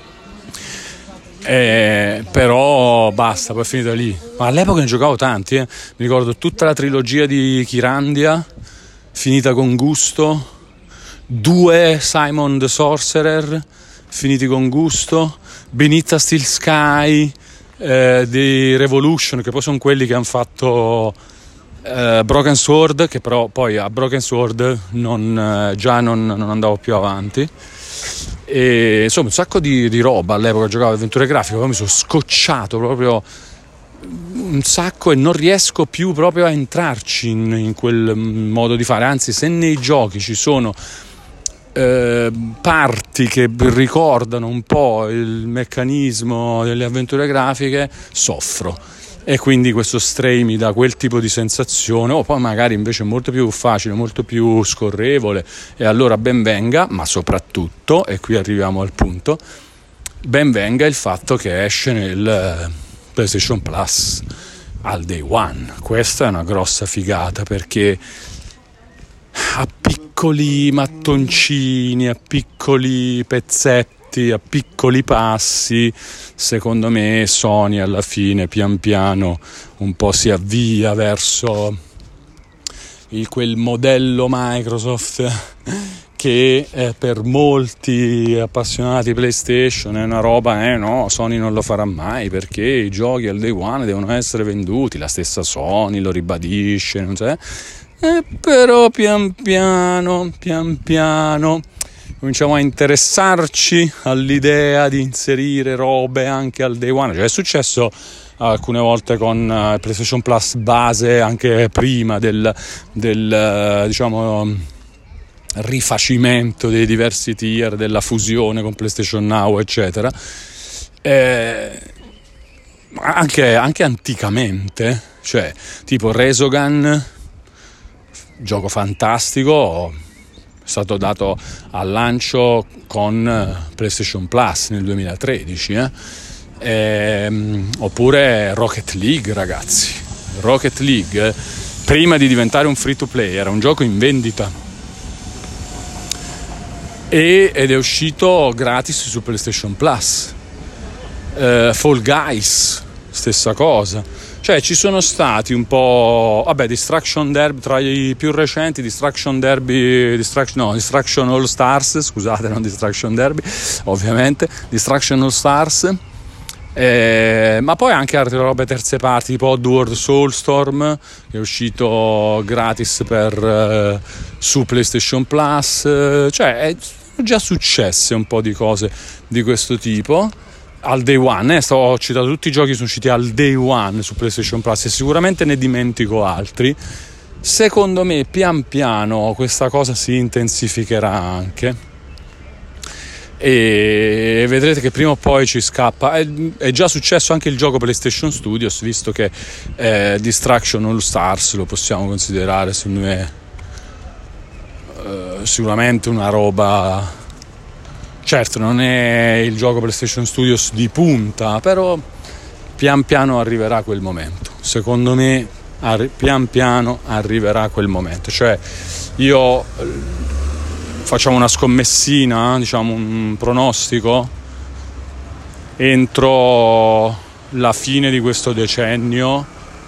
Eh, però basta, poi è finita lì. Ma all'epoca ne giocavo tanti, eh. Mi ricordo tutta la trilogia di Kyrandia finita con gusto, due Simon the Sorcerer finiti con gusto, Beneath a Steel Sky eh, di Revolution, che poi sono quelli che hanno fatto eh, Broken Sword, che però poi a Broken Sword non, eh, già non, non andavo più avanti. E insomma un sacco di, di roba. All'epoca giocavo avventure grafiche, poi mi sono scocciato proprio un sacco e non riesco più proprio a entrarci in, in quel modo di fare. Anzi, se nei giochi ci sono eh, parti che ricordano un po' il meccanismo delle avventure grafiche, soffro. E quindi questo Stray mi dà quel tipo di sensazione, o poi magari invece è molto più facile, molto più scorrevole, e allora ben venga. Ma soprattutto, e qui arriviamo al punto, ben venga il fatto che esce nel PlayStation Plus al day one. Questa è una grossa figata, perché a piccoli mattoncini, a piccoli pezzetti, a piccoli passi, secondo me Sony alla fine pian piano un po' si avvia verso il, quel modello Microsoft che eh, per molti appassionati PlayStation è una roba, eh no, Sony non lo farà mai, perché i giochi al day one devono essere venduti, la stessa Sony lo ribadisce, non so, eh, però pian piano, pian piano cominciamo a interessarci all'idea di inserire robe anche al day one. Cioè è successo alcune volte con uh, PlayStation Plus base, anche prima del, del uh, diciamo rifacimento dei diversi tier, della fusione con PlayStation Now eccetera, eh, anche, anche anticamente, cioè tipo Resogun, gioco fantastico, è stato dato al lancio con PlayStation Plus nel duemilatredici, eh? Eh, oppure Rocket League, ragazzi, Rocket League prima di diventare un free to play era un gioco in vendita ed è uscito gratis su PlayStation Plus. eh, Fall Guys, stessa cosa. Cioè ci sono stati un po', vabbè, Distraction Derby tra i più recenti, Distraction Derby, Distraction, no, Distraction All Stars, scusate, non Distraction Derby, ovviamente, Distraction All Stars, eh, ma poi anche altre robe terze parti, tipo Oddworld Soulstorm, che è uscito gratis per eh, su PlayStation Plus, eh, cioè è già successe un po' di cose di questo tipo al day one, eh? Ho citato tutti i giochi che sono usciti al day one su PlayStation Plus e sicuramente ne dimentico altri. Secondo me pian piano questa cosa si intensificherà anche e vedrete che prima o poi ci scappa. È, è già successo anche il gioco PlayStation Studios, visto che eh, Distraction All Stars lo possiamo considerare, secondo me, eh, sicuramente una roba. Certo, non è il gioco PlayStation Studios di punta, però pian piano arriverà quel momento. Secondo me arri- pian piano arriverà quel momento. Cioè io facciamo una scommessina, diciamo un pronostico, entro la fine di questo decennio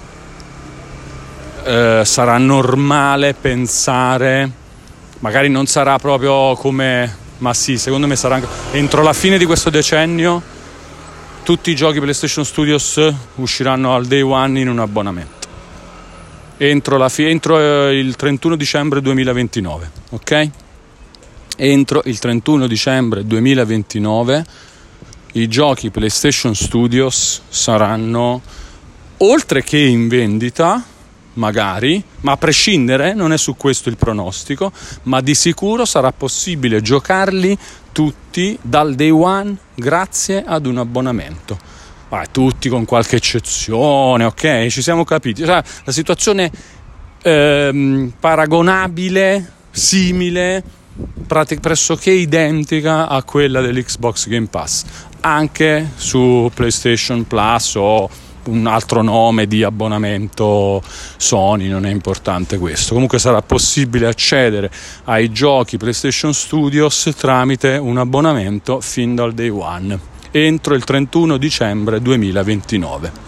eh, sarà normale pensare, magari non sarà proprio come, ma sì, secondo me sarà anche entro la fine di questo decennio tutti i giochi PlayStation Studios usciranno al day one in un abbonamento entro, la fi- entro eh, il trentuno dicembre duemilaventinove, ok? Entro il trentuno dicembre duemilaventinove i giochi PlayStation Studios saranno, oltre che in vendita magari, ma a prescindere, non è su questo il pronostico, ma di sicuro sarà possibile giocarli tutti dal day one grazie ad un abbonamento. Ah, tutti con qualche eccezione, ok? Ci siamo capiti. Cioè, la situazione ehm, paragonabile, simile, pratic- pressoché identica a quella dell'Xbox Game Pass, anche su PlayStation Plus o un altro nome di abbonamento Sony, non è importante questo. Comunque sarà possibile accedere ai giochi PlayStation Studios tramite un abbonamento fin dal day one entro il trentuno dicembre duemilaventinove.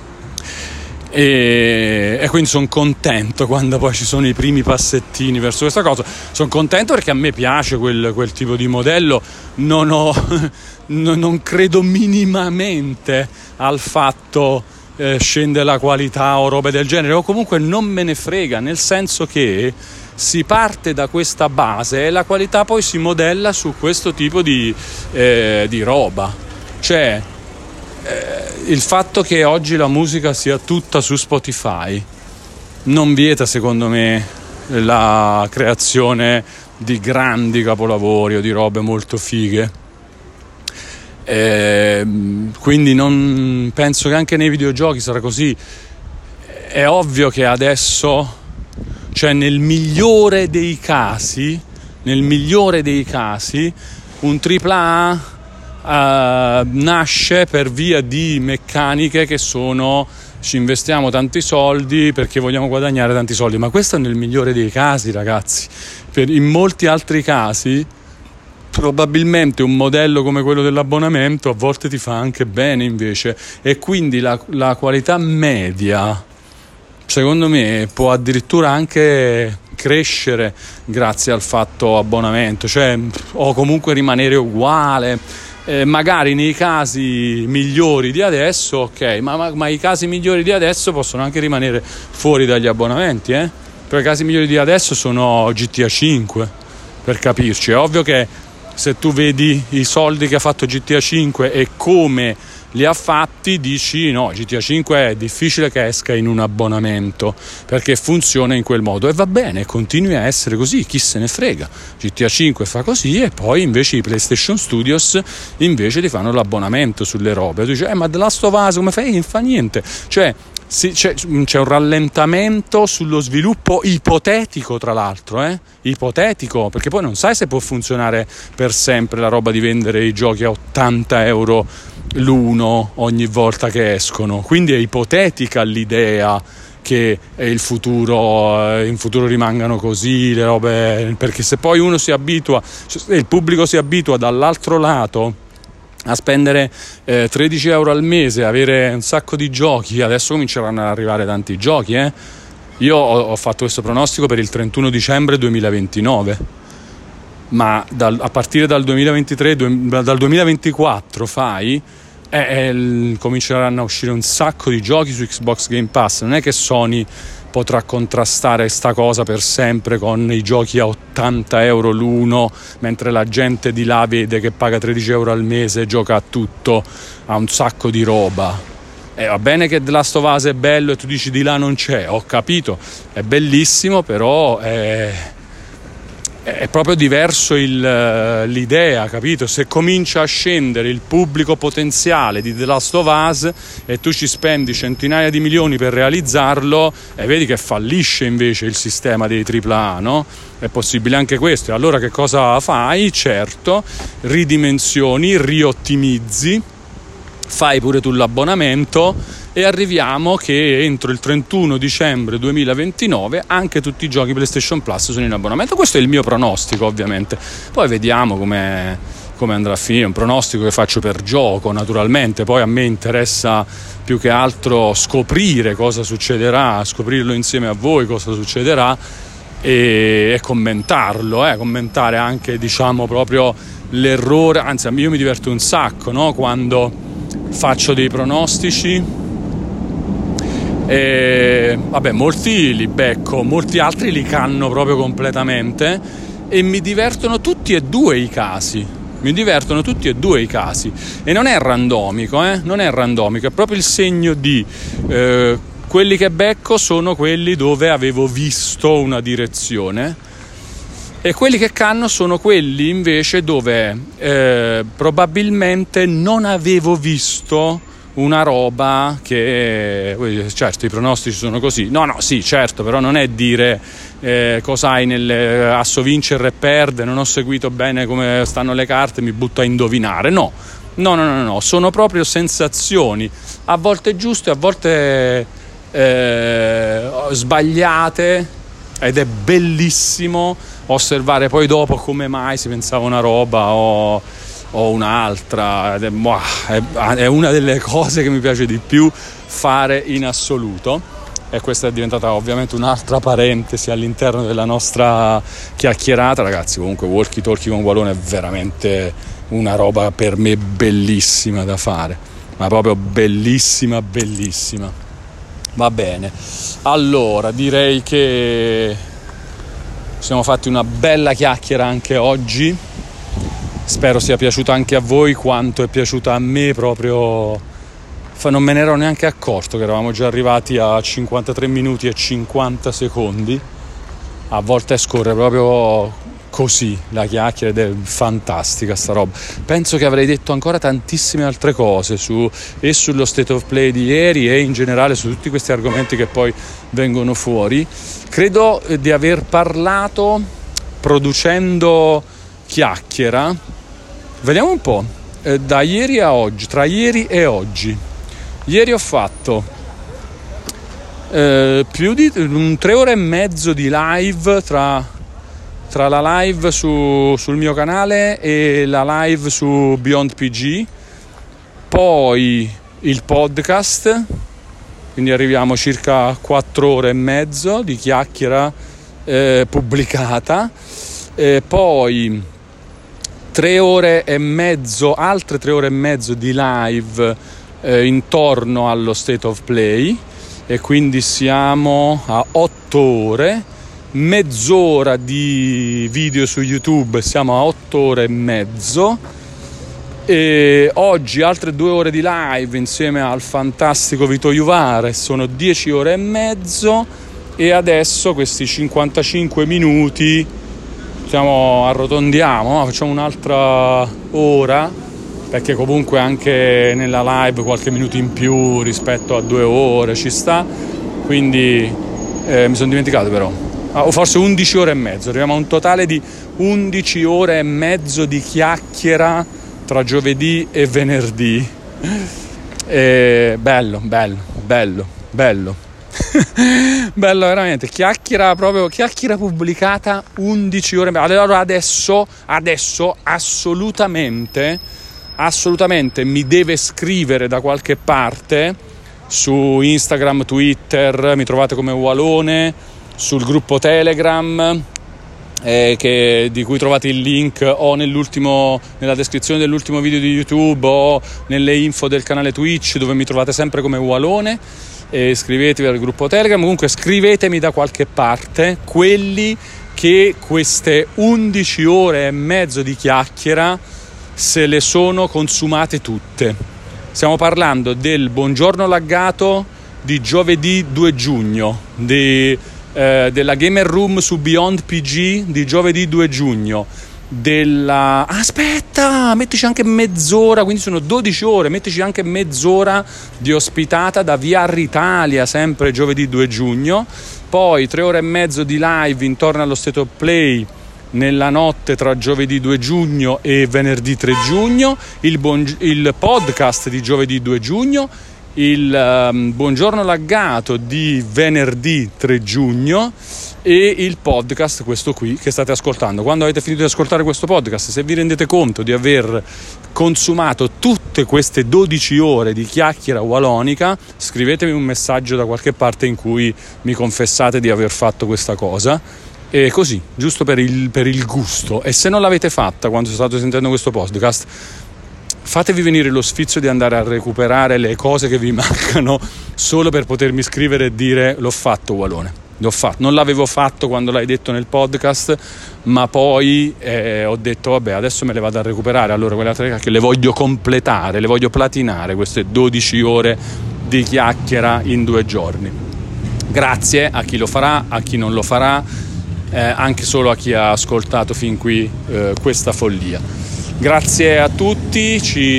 E, e quindi sono contento quando poi ci sono i primi passettini verso questa cosa. Sono contento perché a me piace quel, quel tipo di modello. Non ho non credo minimamente al fatto eh, scende la qualità o robe del genere, o comunque non me ne frega, nel senso che si parte da questa base e la qualità poi si modella su questo tipo di, eh, di roba. Cioè eh, il fatto che oggi la musica sia tutta su Spotify non vieta, secondo me, la creazione di grandi capolavori o di robe molto fighe. Eh, quindi non penso che anche nei videogiochi sarà così. È ovvio che adesso, cioè nel migliore dei casi, nel migliore dei casi, un tripla A nasce per via di meccaniche che sono: ci investiamo tanti soldi perché vogliamo guadagnare tanti soldi. Ma questo è nel migliore dei casi, ragazzi. Per, in molti altri casi probabilmente un modello come quello dell'abbonamento a volte ti fa anche bene invece, e quindi la, la qualità media secondo me può addirittura anche crescere grazie al fatto abbonamento, cioè o comunque rimanere uguale. Eh, magari nei casi migliori di adesso, ok, ma, ma, ma i casi migliori di adesso possono anche rimanere fuori dagli abbonamenti, eh? Però i casi migliori di adesso sono G T A cinque, per capirci. È ovvio che se tu vedi i soldi che ha fatto G T A cinque e come li ha fatti, dici no, G T A cinque è difficile che esca in un abbonamento perché funziona in quel modo, e va bene, continui a essere così, chi se ne frega. G T A cinque fa così, e poi invece i PlayStation Studios invece ti fanno l'abbonamento sulle robe. Tu dici eh ma The Last of Us come fai? Non fa niente. Cioè sì, c'è, c'è un rallentamento sullo sviluppo ipotetico, tra l'altro, eh? Ipotetico, perché poi non sai se può funzionare per sempre la roba di vendere i giochi a ottanta euro l'uno ogni volta che escono. Quindi è ipotetica l'idea che il futuro in futuro rimangano così le robe, perché se poi uno si abitua, se il pubblico si abitua dall'altro lato a spendere eh, tredici euro al mese, avere un sacco di giochi, adesso cominceranno ad arrivare tanti giochi, eh? Io ho, ho fatto questo pronostico per il trentuno dicembre duemilaventinove, ma dal, a partire dal duemilaventitré, du, dal duemilaventiquattro fai eh, eh, cominceranno a uscire un sacco di giochi su Xbox Game Pass. Non è che Sony potrà contrastare sta cosa per sempre con i giochi a ottanta euro l'uno, mentre la gente di là vede che paga tredici euro al mese e gioca a tutto, a un sacco di roba. E va bene che The Last of Us è bello e tu dici di là non c'è, ho capito, è bellissimo, però è, è proprio diverso il, l'idea, capito? Se comincia a scendere il pubblico potenziale di The Last of Us e tu ci spendi centinaia di milioni per realizzarlo, e vedi che fallisce invece il sistema dei tripla A, no? È possibile anche questo. E allora che cosa fai? Certo, ridimensioni, riottimizzi, fai pure tu l'abbonamento, e arriviamo che entro il trentuno dicembre duemilaventinove anche tutti i giochi PlayStation Plus sono in abbonamento. Questo è il mio pronostico, ovviamente. Poi vediamo come come andrà a finire. Un pronostico che faccio per gioco, naturalmente. Poi a me interessa più che altro scoprire cosa succederà, scoprirlo insieme a voi cosa succederà, e, e commentarlo, eh, commentare anche, diciamo, proprio l'errore. Anzi, io mi diverto un sacco, no? Quando faccio dei pronostici, e vabbè, molti li becco, molti altri li canno proprio completamente, e mi divertono tutti e due i casi. Mi divertono tutti e due i casi. E non è randomico, eh? Non è randomico, è proprio il segno di eh, quelli che becco sono quelli dove avevo visto una direzione, e quelli che canno sono quelli invece dove eh, probabilmente non avevo visto una roba che, certo, i pronostici sono così, no no sì certo, però non è dire eh, cosa hai nel asso vince e re perde, non ho seguito bene come stanno le carte, mi butto a indovinare, no no no no, no. Sono proprio sensazioni, a volte giuste, a volte eh, sbagliate, ed è bellissimo osservare poi dopo come mai si pensava una roba o o un'altra. È una delle cose che mi piace di più fare in assoluto, e questa è diventata ovviamente un'altra parentesi all'interno della nostra chiacchierata. Ragazzi, comunque Walkie Talkie con Gualone è veramente una roba per me bellissima da fare, ma proprio bellissima bellissima. Va bene, allora direi che ci siamo fatti una bella chiacchiera anche oggi. Spero sia piaciuta anche a voi quanto è piaciuta a me, proprio non me ne ero neanche accorto che eravamo già arrivati a cinquantatré minuti e cinquanta secondi. A volte scorre proprio così la chiacchiera, ed è fantastica sta roba. Penso che avrei detto ancora tantissime altre cose su e sullo State of Play di ieri, e in generale su tutti questi argomenti che poi vengono fuori. Credo di aver parlato producendo chiacchiera. Vediamo un po'. eh, da ieri a oggi, tra ieri e oggi. Ieri ho fatto eh, più di um, tre ore e mezzo di live tra, tra la live su, sul mio canale e la live su Beyond P G, poi il podcast, quindi arriviamo circa a quattro ore e mezzo di chiacchiera eh, pubblicata, e poi tre ore e mezzo, altre tre ore e mezzo di live eh, intorno allo State of Play, e quindi siamo a otto ore, mezz'ora di video su YouTube, siamo a otto ore e mezzo, e oggi altre due ore di live insieme al fantastico Vito Juvare, sono dieci ore e mezzo, e adesso questi cinquantacinque minuti diciamo arrotondiamo, facciamo un'altra ora, perché comunque anche nella live qualche minuto in più rispetto a due ore ci sta, quindi eh, mi sono dimenticato però, ah, o forse undici ore e mezzo, arriviamo a un totale di undici ore e mezzo di chiacchiera tra giovedì e venerdì. E bello, bello, bello, bello. Bello veramente, chiacchiera proprio, chiacchiera pubblicata undici ore. Allora adesso, adesso assolutamente, assolutamente mi deve scrivere da qualche parte su Instagram, Twitter, mi trovate come Walone, sul gruppo Telegram, Eh, che, di cui trovate il link o nell'ultimo, nella descrizione dell'ultimo video di YouTube o nelle info del canale Twitch, dove mi trovate sempre come Walone. E iscrivetevi al gruppo Telegram. Comunque scrivetemi da qualche parte quelli che queste undici ore e mezzo di chiacchiera se le sono consumate tutte. Stiamo parlando del buongiorno laggato di giovedì due giugno, di Eh, della Gamer Room su Beyond P G di giovedì due giugno, della aspetta, mettici anche mezz'ora, quindi sono dodici ore, mettici anche mezz'ora di ospitata da V R Italia, sempre giovedì due giugno, poi tre ore e mezzo di live intorno allo State of Play nella notte tra giovedì due giugno e venerdì tre giugno, il, buon, il podcast di giovedì due giugno, il um, buongiorno laggato di venerdì tre giugno e il podcast, questo qui che state ascoltando. Quando avete finito di ascoltare questo podcast, se vi rendete conto di aver consumato tutte queste dodici ore di chiacchiera walonica, scrivetemi un messaggio da qualche parte in cui mi confessate di aver fatto questa cosa, e così, giusto per il, per il gusto. E se non l'avete fatta quando state sentendo questo podcast, fatevi venire lo sfizio di andare a recuperare le cose che vi mancano solo per potermi scrivere e dire l'ho fatto Walone, l'ho fatto. Non l'avevo fatto quando l'hai detto nel podcast, ma poi eh, ho detto vabbè, adesso me le vado a recuperare, allora quelle altre che le voglio completare, le voglio platinare, queste dodici ore di chiacchiera in due giorni. Grazie a chi lo farà, a chi non lo farà, eh, anche solo a chi ha ascoltato fin qui eh, questa follia. Grazie a tutti, ci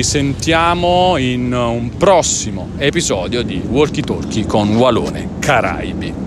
sentiamo in un prossimo episodio di Walkie Talkie con Walone Caraibi.